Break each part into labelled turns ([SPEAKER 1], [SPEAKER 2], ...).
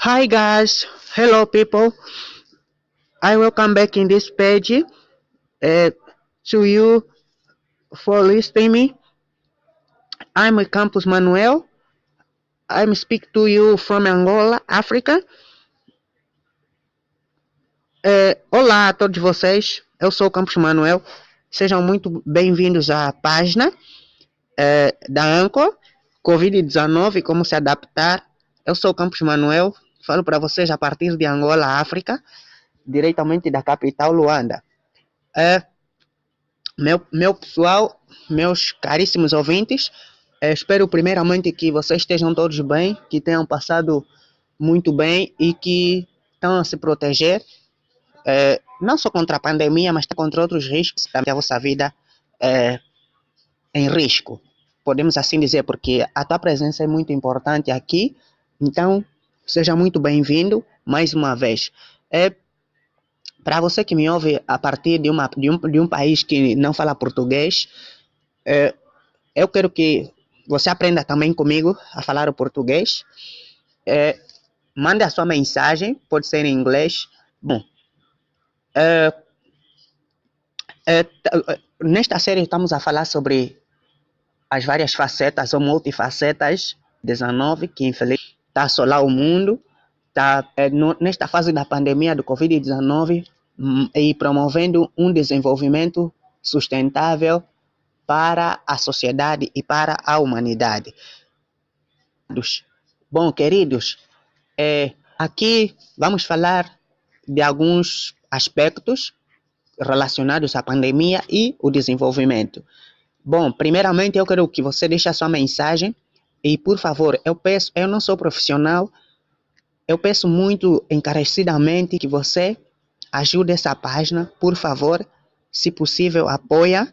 [SPEAKER 1] Hi guys, hello people. I welcome back in this page to you for listening me. I'm Campus Manuel. I'm speak to you from Angola, África. Olá a todos vocês. Eu sou o Campus Manuel. Sejam muito bem-vindos à página da Anchor Covid-19 como se adaptar. Eu sou o Campus Manuel. Falo para vocês a partir de Angola, África, diretamente da capital Luanda. Meu pessoal, meus caríssimos ouvintes, espero primeiramente que vocês estejam todos bem, que tenham passado muito bem e que estão a se proteger, não só contra a pandemia, mas contra outros riscos da vossa vida em risco. Podemos assim dizer, porque a tua presença é muito importante aqui, então seja muito bem-vindo mais uma vez. Para você que me ouve a partir de um país que não fala português, eu quero que você aprenda também comigo a falar o português. Mande a sua mensagem, pode ser em inglês. Bom, nesta série estamos a falar sobre as várias facetas ou multifacetas 19 que infelizmente está a assolar o mundo, está nesta fase da pandemia do Covid-19 e promovendo um desenvolvimento sustentável para a sociedade e para a humanidade. Bom, queridos, aqui vamos falar de alguns aspectos relacionados à pandemia e o desenvolvimento. Bom, primeiramente eu quero que você deixe a sua mensagem e, por favor, eu não sou profissional, eu peço muito encarecidamente que você ajude essa página, por favor, se possível, apoia,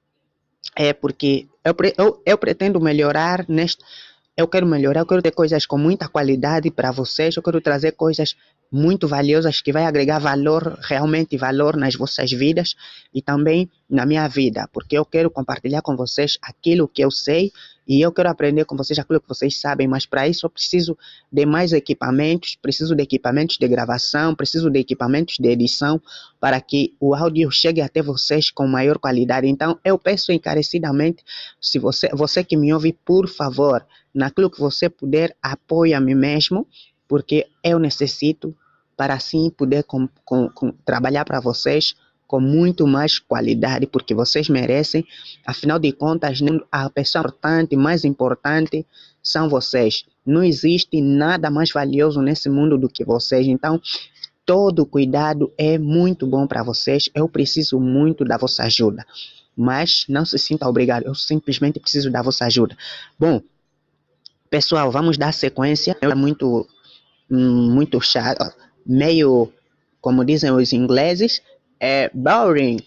[SPEAKER 1] porque eu pretendo melhorar eu quero melhorar, eu quero ter coisas com muita qualidade para vocês, eu quero trazer coisas muito valiosas que vai agregar valor, realmente valor nas vossas vidas e também na minha vida, porque eu quero compartilhar com vocês aquilo que eu sei e eu quero aprender com vocês aquilo que vocês sabem, mas para isso eu preciso de mais equipamentos, preciso de equipamentos de gravação, preciso de equipamentos de edição para que o áudio chegue até vocês com maior qualidade. Então eu peço encarecidamente, se você que me ouve, por favor, naquilo que você puder, apoia-me mesmo, porque eu necessito para assim poder trabalhar para vocês com muito mais qualidade, porque vocês merecem. Afinal de contas, a pessoa mais importante são vocês. Não existe nada mais valioso nesse mundo do que vocês. Então, todo cuidado é muito bom para vocês. Eu preciso muito da vossa ajuda. Mas não se sinta obrigado, eu simplesmente preciso da vossa ajuda. Bom, pessoal, vamos dar sequência. É muito chato, meio, como dizem os ingleses, boring.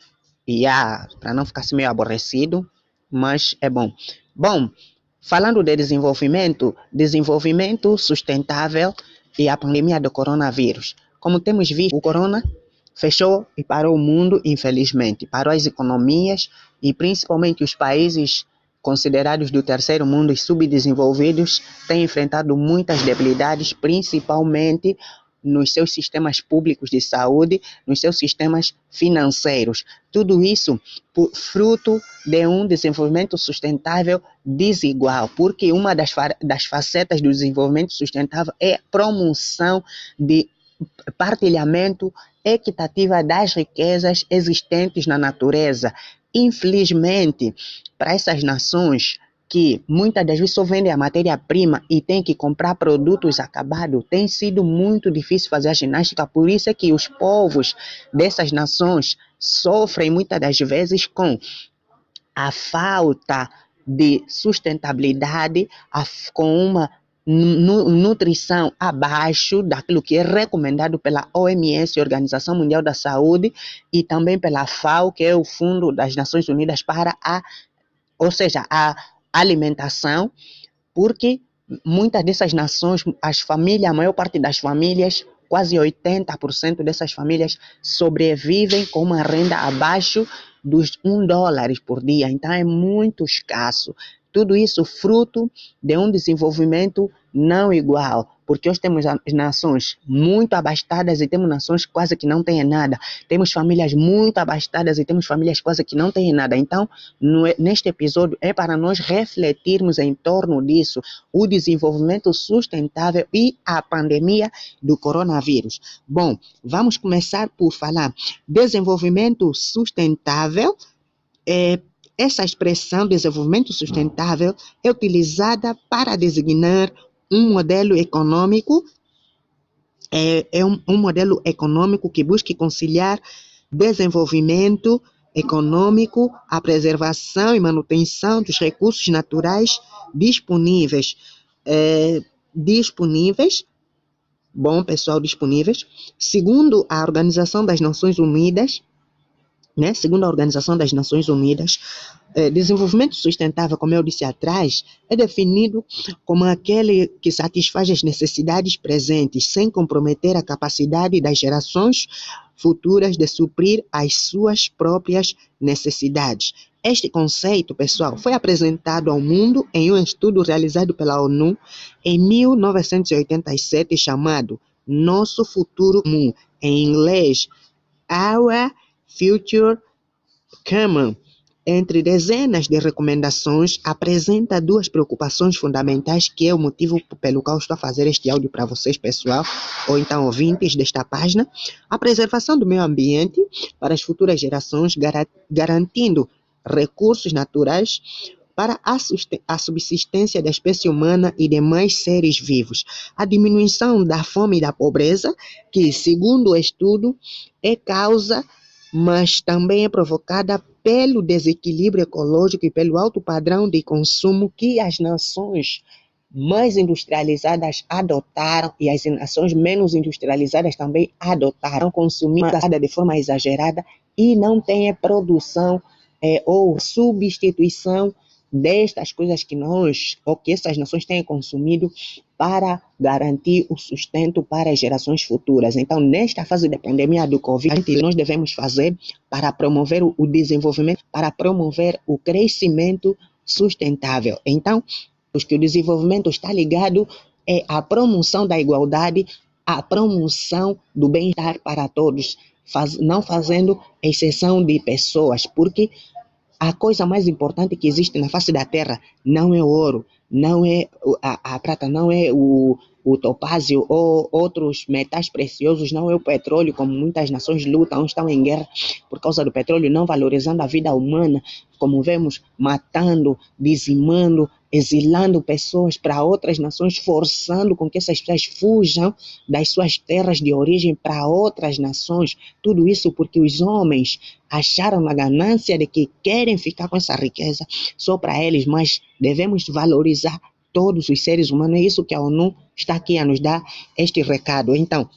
[SPEAKER 1] Para não ficar assim meio aborrecido, mas é bom. Bom, falando de desenvolvimento sustentável e a pandemia do coronavírus. Como temos visto, o corona fechou e parou o mundo, infelizmente. Parou as economias e principalmente os países considerados do terceiro mundo e subdesenvolvidos têm enfrentado muitas debilidades, principalmente nos seus sistemas públicos de saúde, nos seus sistemas financeiros. Tudo isso fruto de um desenvolvimento sustentável desigual, porque uma das facetas do desenvolvimento sustentável é a promoção de partilhamento equitativa das riquezas existentes na natureza. Infelizmente, para essas nações que muitas das vezes só vendem a matéria-prima e tem que comprar produtos acabados, tem sido muito difícil fazer a ginástica, por isso é que os povos dessas nações sofrem muitas das vezes com a falta de sustentabilidade, com uma nutrição abaixo daquilo que é recomendado pela OMS, Organização Mundial da Saúde, e também pela FAO, que é o Fundo das Nações Unidas para a alimentação, porque muitas dessas nações, a maior parte das famílias, quase 80% dessas famílias sobrevivem com uma renda abaixo dos $1 por dia, então é muito escasso. tudo isso fruto de um desenvolvimento não igual, porque hoje temos nações muito abastadas e temos nações quase que não têm nada. Temos famílias muito abastadas e temos famílias quase que não têm nada. Então, neste episódio é para nós refletirmos em torno disso, o desenvolvimento sustentável e a pandemia do coronavírus. Bom, vamos começar por falar desenvolvimento sustentável. Essa expressão desenvolvimento sustentável é utilizada para designar um modelo econômico, um modelo econômico que busque conciliar desenvolvimento econômico, a preservação e manutenção dos recursos naturais disponíveis. Disponíveis, segundo a Organização das Nações Unidas, desenvolvimento sustentável, como eu disse atrás, é definido como aquele que satisfaz as necessidades presentes, sem comprometer a capacidade das gerações futuras de suprir as suas próprias necessidades. Este conceito, pessoal, foi apresentado ao mundo em um estudo realizado pela ONU em 1987, chamado Nosso Futuro Comum, em inglês, Our Future Common. Entre dezenas de recomendações, apresenta duas preocupações fundamentais, que é o motivo pelo qual estou a fazer este áudio para vocês, pessoal, ou então ouvintes desta página: a preservação do meio ambiente para as futuras gerações, garantindo recursos naturais para a subsistência da espécie humana e demais seres vivos. A diminuição da fome e da pobreza, que, segundo o estudo, é causa, mas também é provocada pelo desequilíbrio ecológico e pelo alto padrão de consumo que as nações mais industrializadas adotaram e as nações menos industrializadas também adotaram, consumindo de forma exagerada e não tem produção ou substituição destas coisas que essas nações têm consumido para garantir o sustento para as gerações futuras. Então, nesta fase da pandemia do Covid, o que nós devemos fazer para promover o desenvolvimento, para promover o crescimento sustentável? Então, que o desenvolvimento está ligado à promoção da igualdade, à promoção do bem-estar para todos, não fazendo exceção de pessoas, porque a coisa mais importante que existe na face da Terra não é o ouro, não é a prata, não é o topázio ou outros metais preciosos, não é o petróleo, como muitas nações lutam, estão em guerra por causa do petróleo, não valorizando a vida humana, como vemos, matando, dizimando, exilando pessoas para outras nações, forçando com que essas pessoas fujam das suas terras de origem para outras nações. Tudo isso porque os homens acharam na ganância de que querem ficar com essa riqueza só para eles, mas devemos valorizar todos os seres humanos. É isso que a ONU está aqui a nos dar este recado. Então,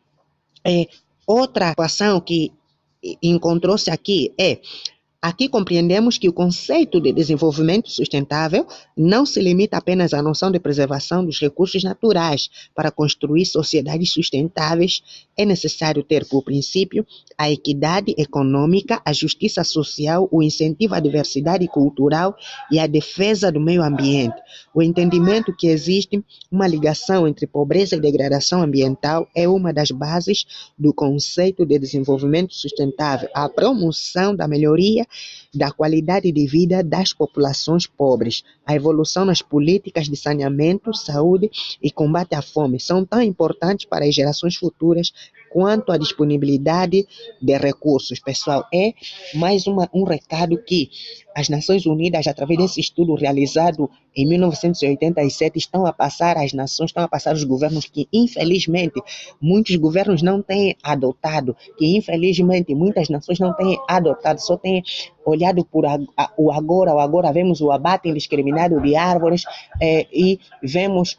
[SPEAKER 1] outra equação que encontrou-se aqui aqui compreendemos que o conceito de desenvolvimento sustentável não se limita apenas à noção de preservação dos recursos naturais. Para construir sociedades sustentáveis, é necessário ter, por princípio, a equidade econômica, a justiça social, o incentivo à diversidade cultural e a defesa do meio ambiente. O entendimento que existe uma ligação entre pobreza e degradação ambiental é uma das bases do conceito de desenvolvimento sustentável. A promoção da melhoria da qualidade de vida das populações pobres, a evolução nas políticas de saneamento, saúde e combate à fome são tão importantes para as gerações futuras quanto a disponibilidade de recursos. Pessoal, é mais um recado que as Nações Unidas, através desse estudo realizado em 1987, estão a passar às nações, estão a passar aos governos que, infelizmente, muitos governos não têm adotado, que, infelizmente, muitas nações não têm adotado, só têm olhado por o agora. O agora vemos o abate indiscriminado de árvores e vemos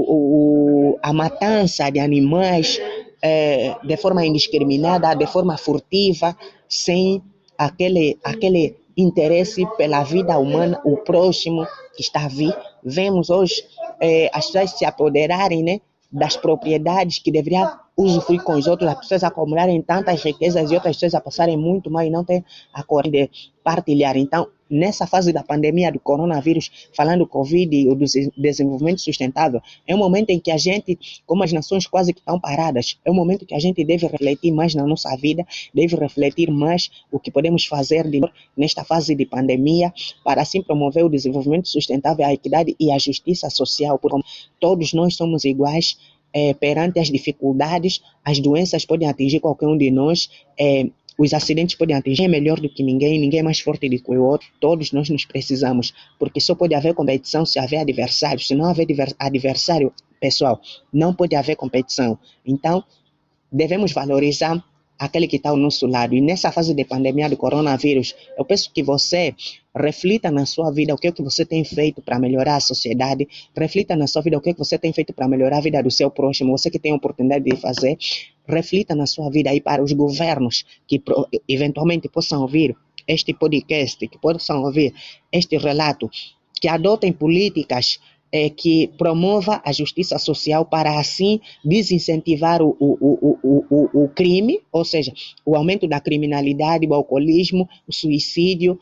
[SPEAKER 1] a matança de animais de forma indiscriminada, de forma furtiva, sem aquele interesse pela vida humana, o próximo que está a vir. Vemos hoje as pessoas se apoderarem, das propriedades que deveriam usufruir com os outros, as pessoas acumularem tantas riquezas e outras pessoas a passarem muito mal e não ter a coragem de partilhar. Então, nessa fase da pandemia do coronavírus, falando do Covid e do desenvolvimento sustentável, é um momento em que a gente, como as nações quase que estão paradas, é um momento que a gente deve refletir mais na nossa vida, deve refletir mais o que podemos fazer nesta fase de pandemia, para assim promover o desenvolvimento sustentável, a equidade e a justiça social, porque todos nós somos iguais, perante as dificuldades, as doenças podem atingir qualquer um de nós, os acidentes podem atingir melhor do que ninguém, ninguém é mais forte do que o outro, todos nós nos precisamos, porque só pode haver competição se haver adversário, se não haver adversário, pessoal, não pode haver competição. Então, devemos valorizar aquele que está ao nosso lado. E nessa fase de pandemia do coronavírus, eu peço que você reflita na sua vida o que é que você tem feito para melhorar a sociedade, reflita na sua vida o que é que você tem feito para melhorar a vida do seu próximo, você que tem a oportunidade de fazer, reflita na sua vida. E para os governos que eventualmente possam ouvir este podcast, que possam ouvir este relato, que adotem políticas que promova a justiça social para assim desincentivar o crime, ou seja, o aumento da criminalidade, o alcoolismo, o suicídio,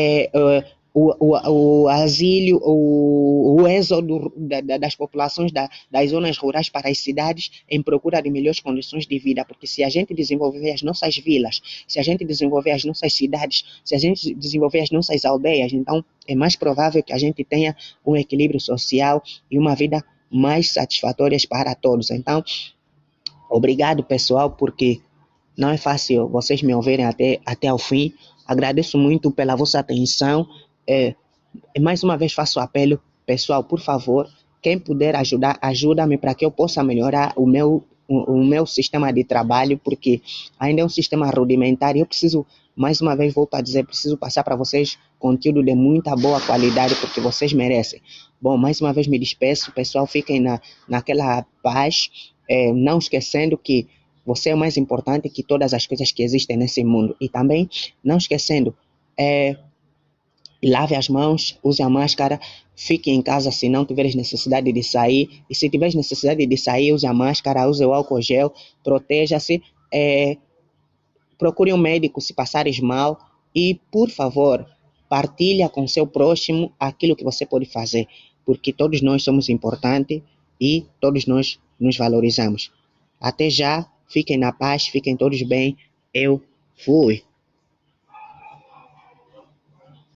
[SPEAKER 1] o asilo, o êxodo das populações das zonas rurais para as cidades em procura de melhores condições de vida, porque se a gente desenvolver as nossas vilas, se a gente desenvolver as nossas cidades, se a gente desenvolver as nossas aldeias, então é mais provável que a gente tenha um equilíbrio social e uma vida mais satisfatória para todos. Então, obrigado pessoal, porque não é fácil vocês me ouvirem até o fim. Agradeço muito pela vossa atenção. Mais uma vez faço apelo, pessoal, por favor, quem puder ajudar, ajuda-me para que eu possa melhorar o meu sistema de trabalho, porque ainda é um sistema rudimentar e eu preciso, mais uma vez volto a dizer, preciso passar para vocês conteúdo de muita boa qualidade, porque vocês merecem. Bom, mais uma vez me despeço, pessoal, fiquem naquela paz, não esquecendo que você é mais importante que todas as coisas que existem nesse mundo. E também, não esquecendo, lave as mãos, use a máscara, fique em casa se não tiveres necessidade de sair. E se tiveres necessidade de sair, use a máscara, use o álcool gel, proteja-se, procure um médico se passares mal e, por favor, partilha com seu próximo aquilo que você pode fazer, porque todos nós somos importantes e todos nós nos valorizamos. Até já, fiquem na paz, fiquem todos bem, eu fui.